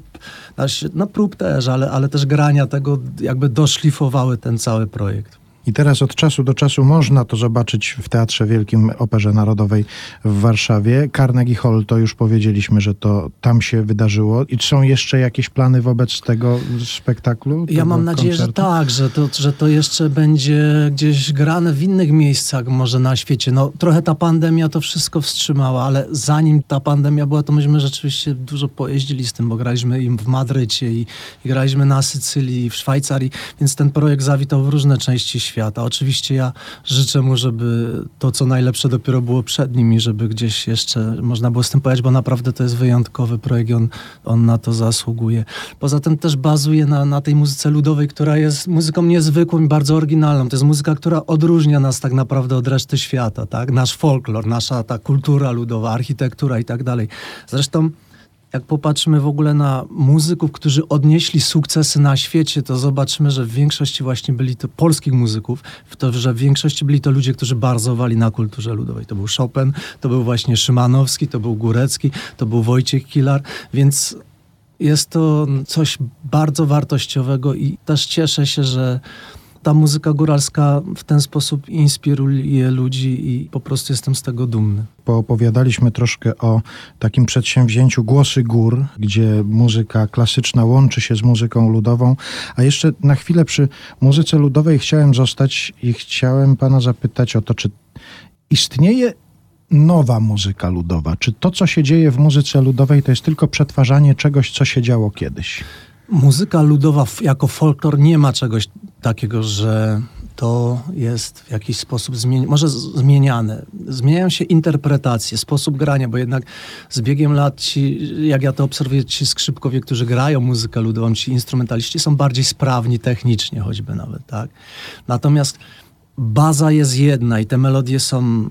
no prób też, ale, ale też grania tego jakby doszlifowały ten cały projekt. I teraz od czasu do czasu można to zobaczyć w Teatrze Wielkim Operze Narodowej w Warszawie. Carnegie Hall, to już powiedzieliśmy, że to tam się wydarzyło. I są jeszcze jakieś plany wobec tego spektaklu? Ja mam nadzieję, koncertu? że tak, że to, że to jeszcze będzie gdzieś grane w innych miejscach może na świecie. No trochę ta pandemia to wszystko wstrzymała, ale zanim ta pandemia była, to myśmy rzeczywiście dużo pojeździli z tym, bo graliśmy im w Madrycie i, i graliśmy na Sycylii, w Szwajcarii, więc ten projekt zawitał w różne części świata. Świata. Oczywiście ja życzę mu, żeby to, co najlepsze dopiero było przed nim i żeby gdzieś jeszcze można było z tym pojechać, bo naprawdę to jest wyjątkowy projekt i on, on na to zasługuje. Poza tym też bazuje na, na tej muzyce ludowej, która jest muzyką niezwykłą i bardzo oryginalną. To jest muzyka, która odróżnia nas tak naprawdę od reszty świata, tak? Nasz folklor, nasza ta kultura ludowa, architektura i tak dalej. Zresztą jak popatrzymy w ogóle na muzyków, którzy odnieśli sukcesy na świecie, to zobaczymy, że w większości właśnie byli to polskich muzyków, to, że w większości byli to ludzie, którzy bazowali na kulturze ludowej. To był Chopin, to był właśnie Szymanowski, to był Górecki, to był Wojciech Kilar, więc jest to coś bardzo wartościowego i też cieszę się, że ta muzyka góralska w ten sposób inspiruje ludzi i po prostu jestem z tego dumny. Poopowiadaliśmy troszkę o takim przedsięwzięciu Głosy Gór, gdzie muzyka klasyczna łączy się z muzyką ludową, a jeszcze na chwilę przy muzyce ludowej chciałem zostać i chciałem pana zapytać o to, czy istnieje nowa muzyka ludowa? Czy to, co się dzieje w muzyce ludowej, to jest tylko przetwarzanie czegoś, co się działo kiedyś? Muzyka ludowa jako folklor nie ma czegoś takiego, że to jest w jakiś sposób zmieni- może z- zmieniane. Zmieniają się interpretacje, sposób grania, bo jednak z biegiem lat ci, jak ja to obserwuję, ci skrzypkowie, którzy grają muzykę ludową, ci instrumentaliści są bardziej sprawni technicznie choćby nawet, tak? Natomiast baza jest jedna i te melodie są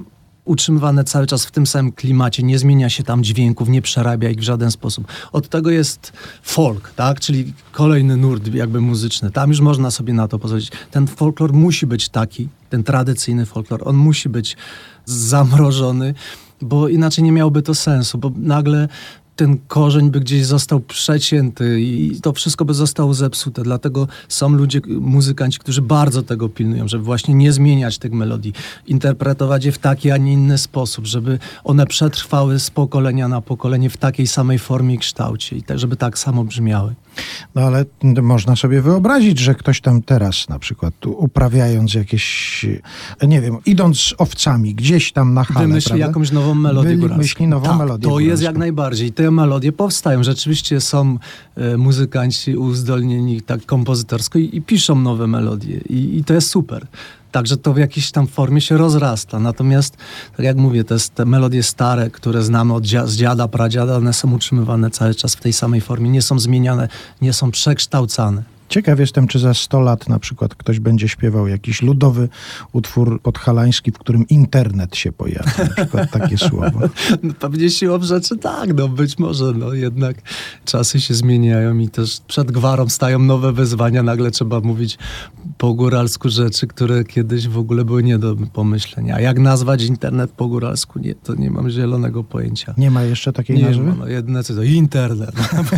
utrzymywane cały czas w tym samym klimacie, nie zmienia się tam dźwięków, nie przerabia ich w żaden sposób. Od tego jest folk, tak? Czyli kolejny nurt jakby muzyczny. Tam już można sobie na to pozwolić. Ten folklor musi być taki, ten tradycyjny folklor, on musi być zamrożony, bo inaczej nie miałoby to sensu, bo nagle ten korzeń by gdzieś został przecięty i to wszystko by zostało zepsute. Dlatego są ludzie, muzykanci, którzy bardzo tego pilnują, żeby właśnie nie zmieniać tych melodii, interpretować je w taki, a nie inny sposób, żeby one przetrwały z pokolenia na pokolenie w takiej samej formie i kształcie i tak, żeby tak samo brzmiały. No ale można sobie wyobrazić, że ktoś tam teraz na przykład tu uprawiając jakieś, nie wiem, idąc z owcami gdzieś tam na halę, wymyśli prawda? jakąś nową melodię góralską. Wymyśli nową tak, melodię to góralską. jest jak najbardziej. Te melodie powstają. Rzeczywiście są e, muzykanci uzdolnieni tak kompozytorsko i, i piszą nowe melodie. I, I to jest super. Także to w jakiejś tam formie się rozrasta. Natomiast, tak jak mówię, te, te melodie stare, które znamy od dzia- z dziada, pradziada, one są utrzymywane cały czas w tej samej formie. Nie są zmieniane, nie są przekształcane. Ciekaw jestem, czy za sto lat na przykład ktoś będzie śpiewał jakiś ludowy utwór podhalański, w którym internet się pojawi. Na przykład takie słowo. No, pewnie siłą rzeczy tak, no być może, no jednak czasy się zmieniają i też przed gwarą stają nowe wyzwania, nagle trzeba mówić po góralsku rzeczy, które kiedyś w ogóle były nie do pomyślenia. A jak nazwać internet po góralsku? Nie, to nie mam zielonego pojęcia. Nie ma jeszcze takiej Nie nazwy? ma, no jedyne co to internet.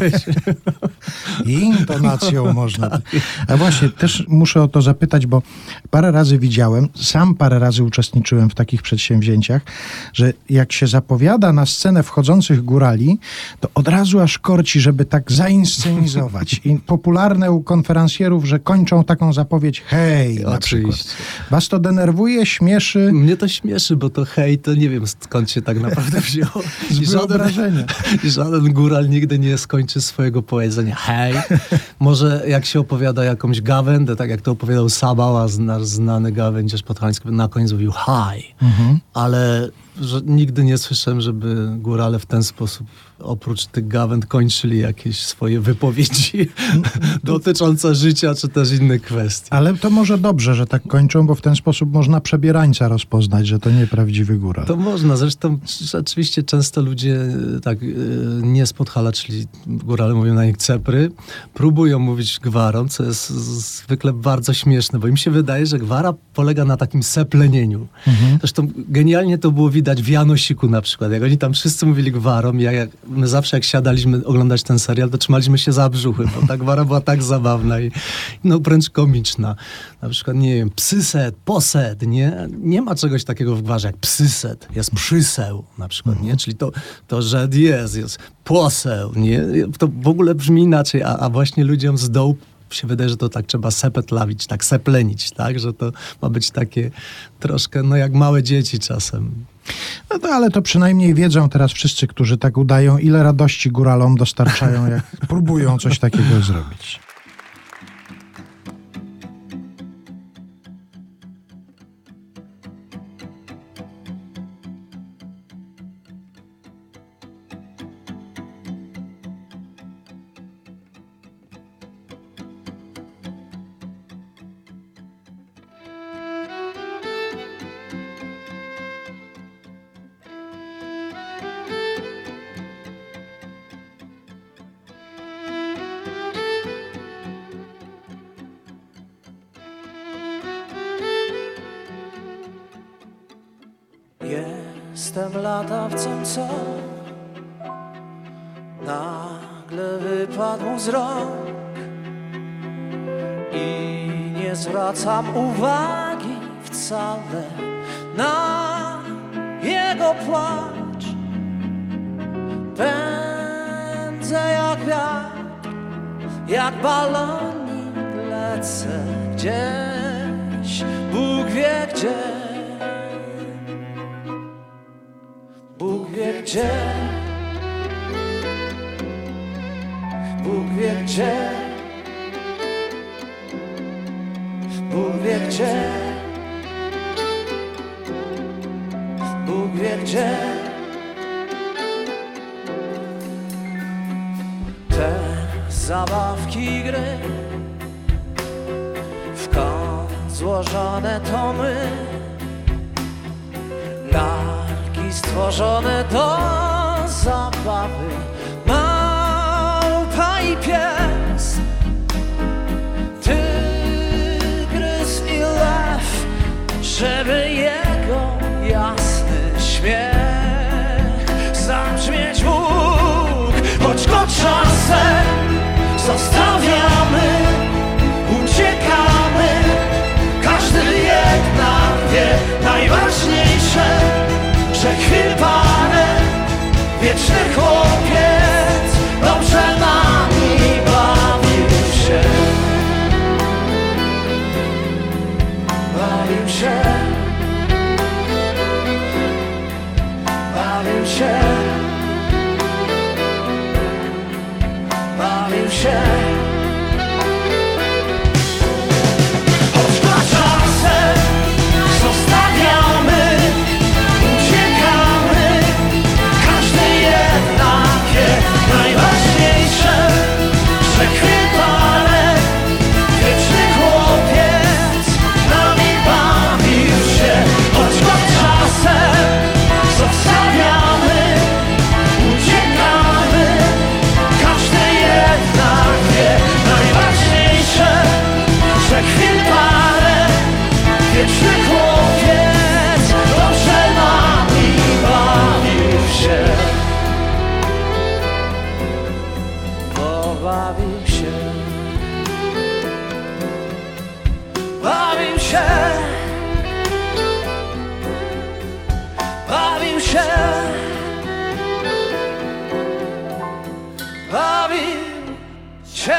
I intonacją można. A właśnie, też muszę o to zapytać, bo parę razy widziałem, sam parę razy uczestniczyłem w takich przedsięwzięciach, że jak się zapowiada na scenę wchodzących górali, to od razu aż korci, żeby tak zainscenizować. I popularne u konferencjerów, że kończą taką zapowiedź hej, na Oczywiście. przykład. Was to denerwuje, śmieszy? Mnie to śmieszy, bo to hej, to nie wiem skąd się tak naprawdę wzięło. Z I żaden, wyobrażenia. I żaden góral nigdy nie skończy swojego powiedzenia hej. Może jak się opowiada jakąś gawędę, tak jak to opowiadał Sabała, nasz znany gawędziarz podhalański, na koniec mówił hi. Mhm. Ale że nigdy nie słyszałem, żeby górale w ten sposób oprócz tych gawęd kończyli jakieś swoje wypowiedzi dotyczące życia, czy też innych kwestii. Ale to może dobrze, że tak kończą, bo w ten sposób można przebierańca rozpoznać, że to nie prawdziwy góral. To można. Zresztą rzeczywiście często ludzie tak nie z Podhala, czyli górale mówią na nich cepry, próbują mówić gwarą, co jest zwykle bardzo śmieszne, bo im się wydaje, że gwara polega na takim seplenieniu. Mhm. Zresztą genialnie to było widać w Janosiku na przykład. Jak oni tam wszyscy mówili gwarą, ja jak my zawsze jak siadaliśmy oglądać ten serial, to trzymaliśmy się za brzuchy, bo ta gwara była tak zabawna i no wręcz komiczna. Na przykład, nie wiem, psyset, posed, nie? Nie ma czegoś takiego w gwarze jak psyset, jest przyseł na przykład, nie? Czyli to, to że jest, jest poseł, nie? To w ogóle brzmi inaczej, a, a właśnie ludziom z dołu się wydaje, że to tak trzeba sepetlawić, tak seplenić, tak? Że to ma być takie troszkę, no jak małe dzieci czasem. No to, ale to przynajmniej wiedzą teraz wszyscy, którzy tak udają, ile radości góralom dostarczają, jak próbują coś takiego zrobić. Jestem latawcem, co nagle wypadł mu z rąk i nie zwracam uwagi wcale na jego płacz. Pędzę jak wiatr, jak balonik, lecę gdzieś, Bóg wie gdzie. Bóg wie gdzie, Bóg wie gdzie, Bóg wie gdzie, Bóg wie gdzie. Te zabawki gry, w kąt złożone to my, na stworzone do zabawy, małpa i pies, tygrys i lew, żeby jego jasny śmiech zabrzmieć mógł. Choć go czasem zostawiamy, uciekamy, każdy jednak wie najważniejsze, że chwil parę wieczny chłopiec dobrze nami bawił się. Bawił się, bawił się, bawił się. Choć go czasem zostawiamy, uciekamy, każdy jednak wie najważniejsze, że chwil parę wieczny chłopiec nami bawił się. Choć go czasem zostawiamy, uciekamy, każdy jednak wie najważniejsze, że chwil parę wieczny chłopiec dobrze nami bawił się. Bo bawił się, bawił się, bawił się, bawił się.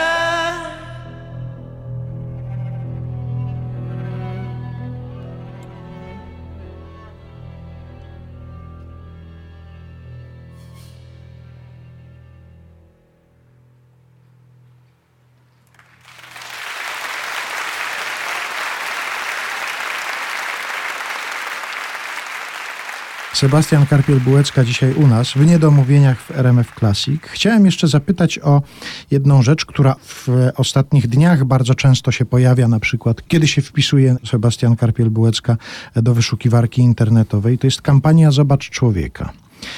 Sebastian Karpiel-Bułecka dzisiaj u nas w Niedomówieniach w R M F Classic. Chciałem jeszcze zapytać o jedną rzecz, która w ostatnich dniach bardzo często się pojawia, na przykład kiedy się wpisuje Sebastian Karpiel-Bułecka do wyszukiwarki internetowej. To jest kampania Zobacz Człowieka.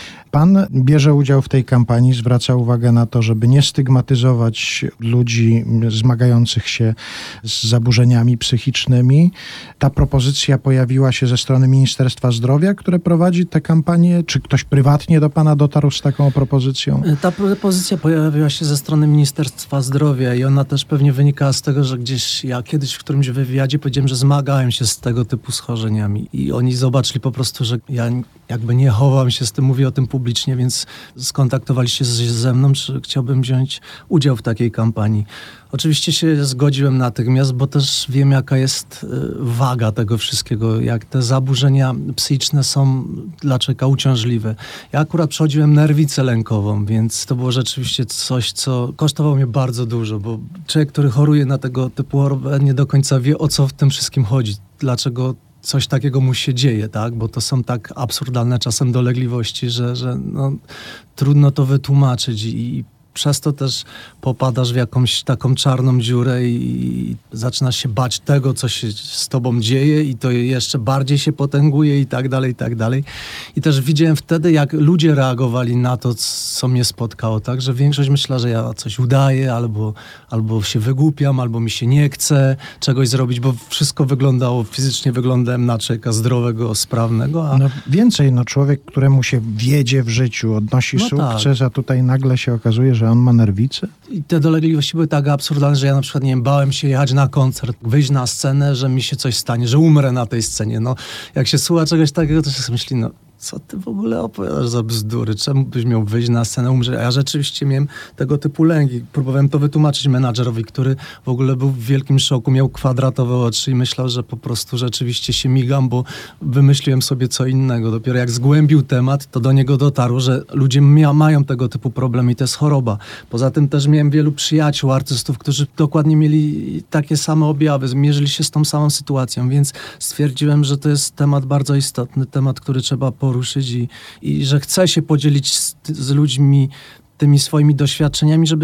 Pan bierze udział w tej kampanii, zwraca uwagę na to, żeby nie stygmatyzować ludzi zmagających się z zaburzeniami psychicznymi. Ta propozycja pojawiła się ze strony Ministerstwa Zdrowia, które prowadzi tę kampanię. Czy ktoś prywatnie do pana dotarł z taką propozycją? Ta propozycja pojawiła się ze strony Ministerstwa Zdrowia i ona też pewnie wynika z tego, że gdzieś ja kiedyś w którymś wywiadzie powiedziałem, że zmagałem się z tego typu schorzeniami i oni zobaczyli po prostu, że ja jakby nie chowam się z tym, mówię o tym publicznie, więc skontaktowali się z, ze mną, czy chciałbym wziąć udział w takiej kampanii. Oczywiście się zgodziłem natychmiast, bo też wiem, jaka jest waga tego wszystkiego, jak te zaburzenia psychiczne są dla człowieka uciążliwe. Ja akurat przechodziłem nerwicę lękową, więc to było rzeczywiście coś, co kosztowało mnie bardzo dużo, bo człowiek, który choruje na tego typu chorobę, nie do końca wie, o co w tym wszystkim chodzi, dlaczego coś takiego mu się dzieje, tak? Bo to są tak absurdalne czasem dolegliwości, że, że no, trudno to wytłumaczyć i przez to też popadasz w jakąś taką czarną dziurę i zaczynasz się bać tego, co się z tobą dzieje i to jeszcze bardziej się potęguje i tak dalej, i tak dalej. I też widziałem wtedy, jak ludzie reagowali na to, co mnie spotkało, tak? Że większość myślała, że ja coś udaję, albo, albo się wygłupiam, albo mi się nie chce czegoś zrobić, bo wszystko wyglądało, fizycznie wyglądałem na człowieka zdrowego, sprawnego. A... No więcej, no człowiek, któremu się wiedzie w życiu, odnosi No sukces, tak. a tutaj nagle się okazuje, że on ma nerwicę? I te dolegliwości były tak absurdalne, że ja na przykład, nie wiem, bałem się jechać na koncert, wyjść na scenę, że mi się coś stanie, że umrę na tej scenie. No, jak się słucha czegoś takiego, to się sobie myśli, no co ty w ogóle opowiadasz za bzdury? Czemu byś miał wyjść na scenę, umrzeć? A ja rzeczywiście miałem tego typu lęki. Próbowałem to wytłumaczyć menadżerowi, który w ogóle był w wielkim szoku, miał kwadratowe oczy i myślał, że po prostu rzeczywiście się migam, bo wymyśliłem sobie co innego. Dopiero jak zgłębił temat, to do niego dotarło, że ludzie mia- mają tego typu problem i to jest choroba. Poza tym też miałem wielu przyjaciół, artystów, którzy dokładnie mieli takie same objawy, mierzyli się z tą samą sytuacją, więc stwierdziłem, że to jest temat bardzo istotny, temat, który trzeba poruszyć i, i że chcę się podzielić z, z ludźmi tymi swoimi doświadczeniami, żeby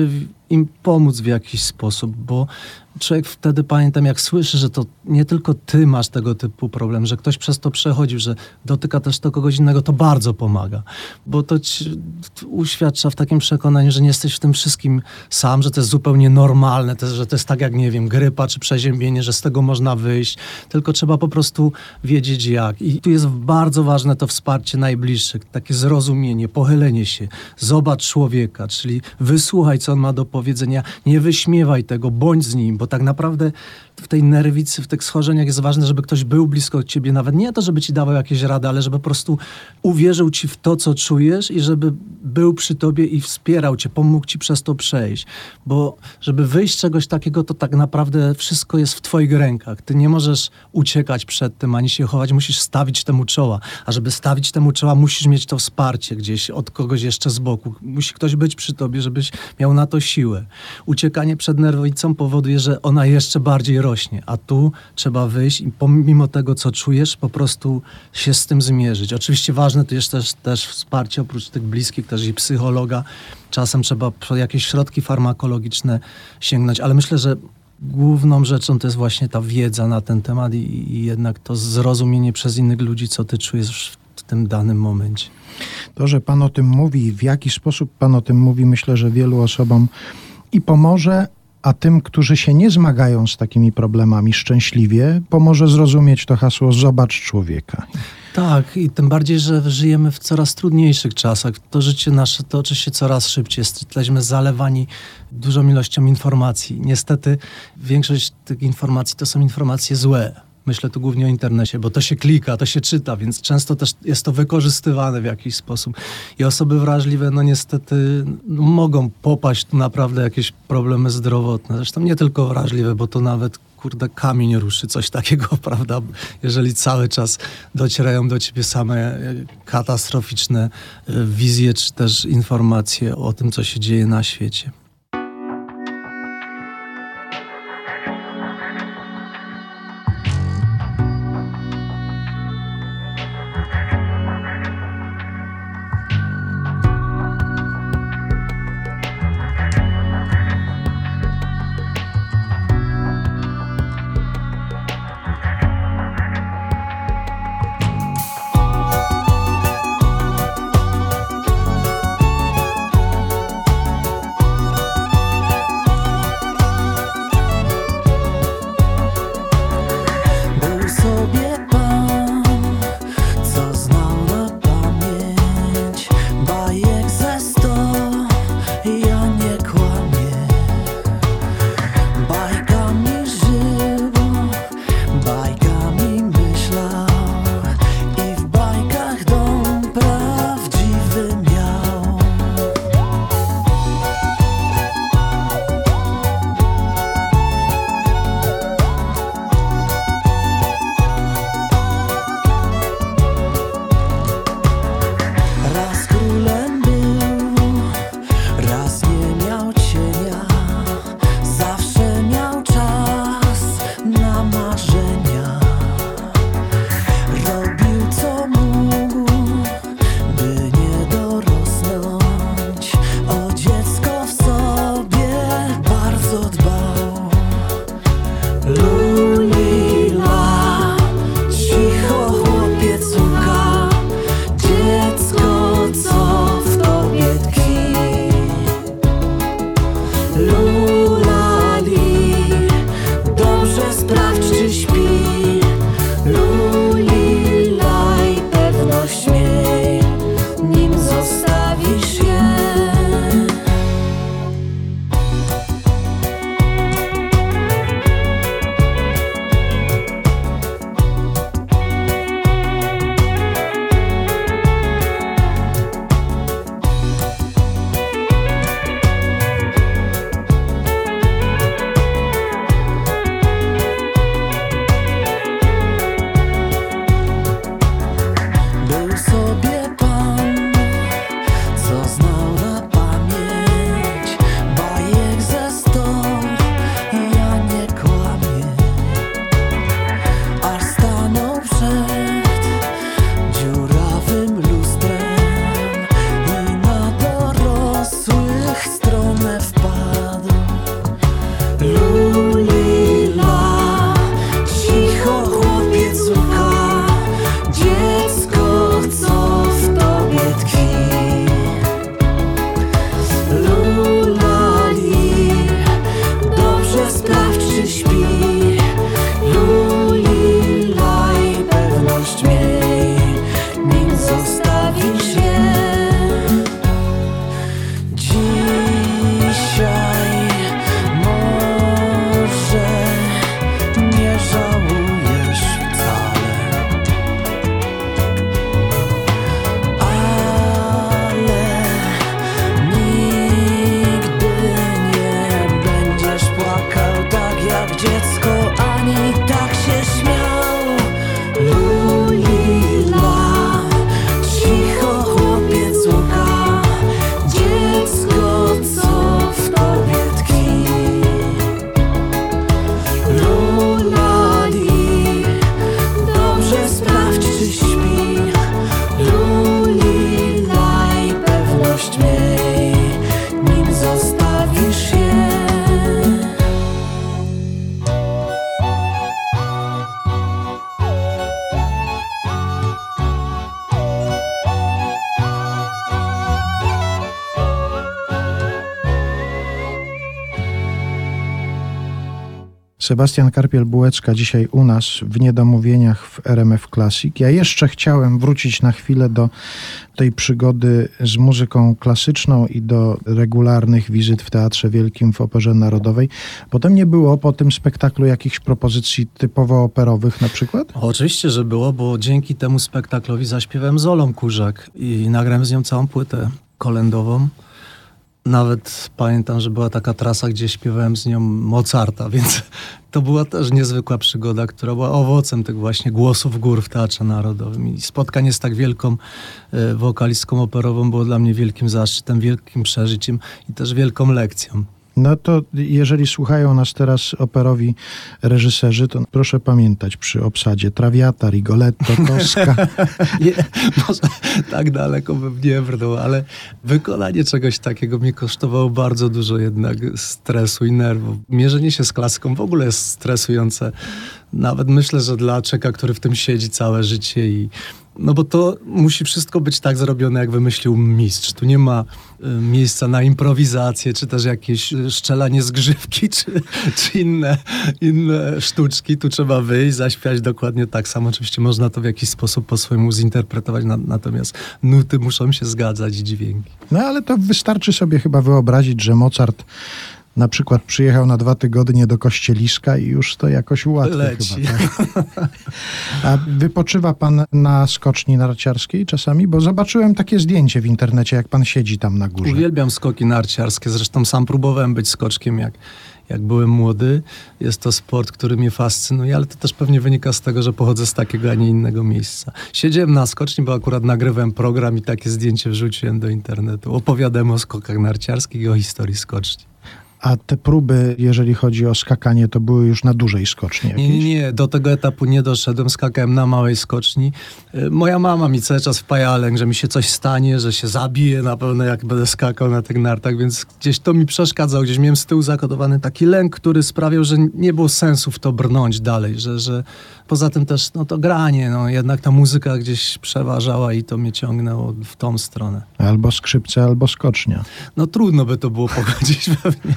im pomóc w jakiś sposób, bo człowiek wtedy, pamiętam, jak słyszy, że to nie tylko ty masz tego typu problem, że ktoś przez to przechodził, że dotyka też to kogoś innego, to bardzo pomaga. Bo to ci uświadcza w takim przekonaniu, że nie jesteś w tym wszystkim sam, że to jest zupełnie normalne, to, że to jest tak jak, nie wiem, grypa czy przeziębienie, że z tego można wyjść, tylko trzeba po prostu wiedzieć jak. I tu jest bardzo ważne to wsparcie najbliższych, takie zrozumienie, pochylenie się, zobacz człowieka, czyli wysłuchaj, co on ma do powiedzenia, nie wyśmiewaj tego, bądź z nim, bo tak naprawdę w tej nerwicy, w tych schorzeniach jest ważne, żeby ktoś był blisko ciebie, nawet nie to, żeby ci dawał jakieś rady, ale żeby po prostu uwierzył ci w to, co czujesz i żeby był przy tobie i wspierał cię, pomógł ci przez to przejść. Bo żeby wyjść z czegoś takiego, to tak naprawdę wszystko jest w twoich rękach. Ty nie możesz uciekać przed tym, ani się chować, musisz stawić temu czoła. A żeby stawić temu czoła, musisz mieć to wsparcie gdzieś od kogoś jeszcze z boku. Musi ktoś być przy tobie, żebyś miał na to siłę. Uciekanie przed nerwicą powoduje, że ona jeszcze bardziej rośnie, a tu trzeba wyjść i pomimo tego, co czujesz, po prostu się z tym zmierzyć. Oczywiście ważne to jest też, też wsparcie, oprócz tych bliskich, też i psychologa. Czasem trzeba po jakieś środki farmakologiczne sięgnąć, ale myślę, że główną rzeczą to jest właśnie ta wiedza na ten temat i, i jednak to zrozumienie przez innych ludzi, co ty czujesz w tym danym momencie. To, że pan o tym mówi, w jaki sposób pan o tym mówi, myślę, że wielu osobom i pomoże, a tym, którzy się nie zmagają z takimi problemami szczęśliwie, pomoże zrozumieć to hasło "zobacz człowieka". Tak, i tym bardziej, że żyjemy w coraz trudniejszych czasach. To życie nasze toczy się coraz szybciej. Jesteśmy zalewani dużą ilością informacji. Niestety większość tych informacji to są informacje złe. Myślę tu głównie o internecie, bo to się klika, to się czyta, więc często też jest to wykorzystywane w jakiś sposób. I osoby wrażliwe, no niestety, no, mogą popaść tu naprawdę jakieś problemy zdrowotne. Zresztą nie tylko wrażliwe, bo to nawet, kurde, kamień ruszy, coś takiego, prawda? Jeżeli cały czas docierają do ciebie same katastroficzne wizje, czy też informacje o tym, co się dzieje na świecie. Sebastian Karpiel-Bułecka dzisiaj u nas w Niedomówieniach w R M F Classic. Ja jeszcze chciałem wrócić na chwilę do tej przygody z muzyką klasyczną i do regularnych wizyt w Teatrze Wielkim, w Operze Narodowej. Potem nie było po tym spektaklu jakichś propozycji typowo operowych na przykład? Oczywiście, że było, bo dzięki temu spektaklowi zaśpiewałem z Olą Kurzak i nagrałem z nią całą płytę kolędową. Nawet pamiętam, że była taka trasa, gdzie śpiewałem z nią Mozarta, więc to była też niezwykła przygoda, która była owocem tych właśnie głosów gór w Teatrze Narodowym. I spotkanie z tak wielką y, wokalistką operową było dla mnie wielkim zaszczytem, wielkim przeżyciem i też wielką lekcją. No to jeżeli słuchają nas teraz operowi reżyserzy, to proszę pamiętać przy obsadzie Traviata, Rigoletto, Tosca. Nie, może tak daleko bym nie brnął, ale wykonanie czegoś takiego mnie kosztowało bardzo dużo jednak stresu i nerwów. Mierzenie się z klasyką w ogóle jest stresujące. Nawet myślę, że dla człowieka, który w tym siedzi całe życie i no bo to musi wszystko być tak zrobione, jak wymyślił mistrz. Tu nie ma y, miejsca na improwizację, czy też jakieś y, szczelanie zgrzywki, czy, czy inne, inne sztuczki. Tu trzeba wyjść, zaśpiewać dokładnie tak samo. Oczywiście można to w jakiś sposób po swojemu zinterpretować, na, natomiast nuty muszą się zgadzać i dźwięki. No ale to wystarczy sobie chyba wyobrazić, że Mozart na przykład przyjechał na dwa tygodnie do Kościeliska i już to jakoś ułatwia Leci. chyba. Tak? A wypoczywa pan na skoczni narciarskiej czasami? Bo zobaczyłem takie zdjęcie w internecie, jak pan siedzi tam na górze. Uwielbiam skoki narciarskie. Zresztą sam próbowałem być skoczkiem, jak, jak byłem młody. Jest to sport, który mnie fascynuje, ale to też pewnie wynika z tego, że pochodzę z takiego, a nie innego miejsca. Siedziałem na skoczni, bo akurat nagrywałem program i takie zdjęcie wrzuciłem do internetu. Opowiadałem o skokach narciarskich i o historii skoczni. A te próby, jeżeli chodzi o skakanie, to były już na dużej skoczni jakiejś? Nie, nie, nie, do tego etapu nie doszedłem, skakałem na małej skoczni. Y, Moja mama mi cały czas wpaja lęk, że mi się coś stanie, że się zabiję na pewno, jak będę skakał na tych nartach, więc gdzieś to mi przeszkadzał, gdzieś miałem z tyłu zakodowany taki lęk, który sprawiał, że nie było sensu w to brnąć dalej, że, że poza tym też no to granie, no jednak ta muzyka gdzieś przeważała i to mnie ciągnęło w tą stronę. Albo skrzypce, albo skocznia. No trudno by to było pogodzić pewnie.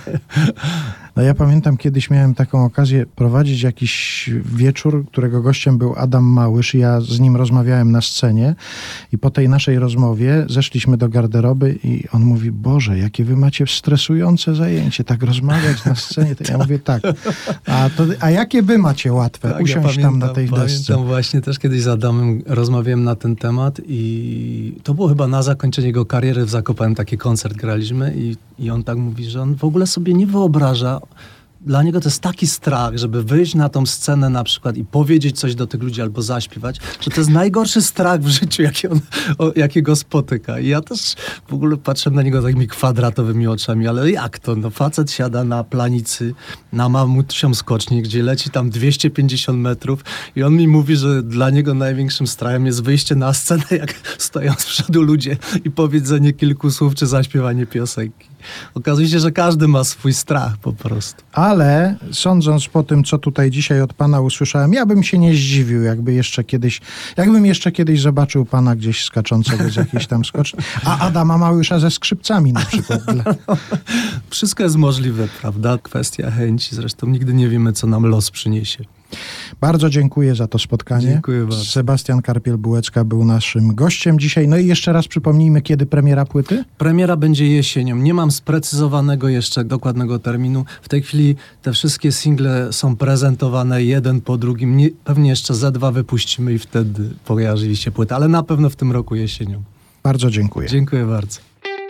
No ja pamiętam, kiedyś miałem taką okazję prowadzić jakiś wieczór, którego gościem był Adam Małysz i ja z nim rozmawiałem na scenie i po tej naszej rozmowie zeszliśmy do garderoby i on mówi: Boże, jakie wy macie stresujące zajęcie, tak rozmawiać na scenie. To ja mówię: tak, a, to, a jakie wy macie łatwe? Tak, Usiąść ja pamiętam, tam na tej desce. Pamiętam właśnie też kiedyś z Adamem rozmawiałem na ten temat i to było chyba na zakończenie jego kariery w Zakopanem, taki koncert graliśmy i, i on tak mówi, że on w ogóle sobie nie wyobraża. Dla niego to jest taki strach, żeby wyjść na tą scenę na przykład i powiedzieć coś do tych ludzi albo zaśpiewać, że to jest najgorszy strach w życiu, jaki on, o, jakiego spotyka. I ja też w ogóle patrzę na niego takimi kwadratowymi oczami, ale jak to? No facet siada na planicy, na mamusią skocznię, gdzie leci tam dwieście pięćdziesiąt metrów i on mi mówi, że dla niego największym strachem jest wyjście na scenę, jak stoją z przodu ludzie i powiedzenie kilku słów czy zaśpiewanie piosenki. Okazuje się, że każdy ma swój strach po prostu. Ale sądząc po tym, co tutaj dzisiaj od pana usłyszałem, ja bym się nie zdziwił, jakby jeszcze kiedyś, jakbym jeszcze kiedyś zobaczył pana gdzieś skaczącego z jakiejś tam skoczni, a Adama Małysza ze skrzypcami na przykład. Wszystko jest możliwe, prawda? Kwestia chęci. Zresztą nigdy nie wiemy, co nam los przyniesie. Bardzo dziękuję za to spotkanie. Dziękuję bardzo. Sebastian Karpiel-Bułecka był naszym gościem dzisiaj. No i jeszcze raz przypomnijmy, kiedy premiera płyty? Premiera będzie jesienią. Nie mam sprecyzowanego jeszcze dokładnego terminu. W tej chwili te wszystkie single są prezentowane jeden po drugim. Nie, pewnie jeszcze ze dwa wypuścimy i wtedy pojawi się płyta, ale na pewno w tym roku jesienią. Bardzo dziękuję. Dziękuję bardzo.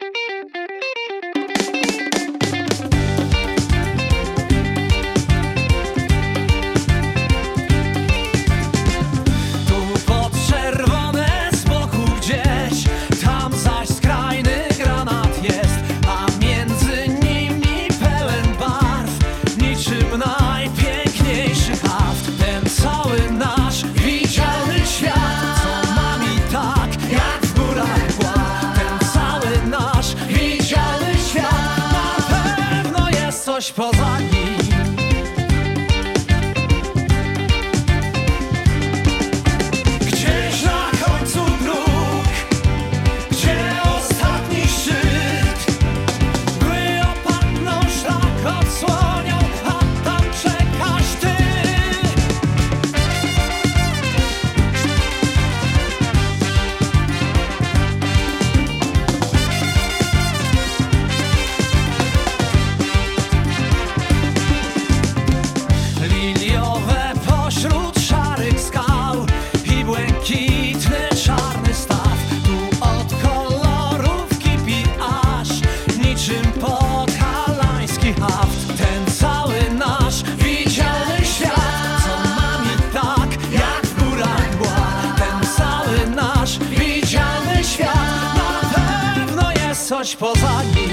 Coś poza nim. Gdzieś na końcu dróg, gdzie ostatni szczyt, by opadną szlak odsłonią, a tam czekasz coś poza nim.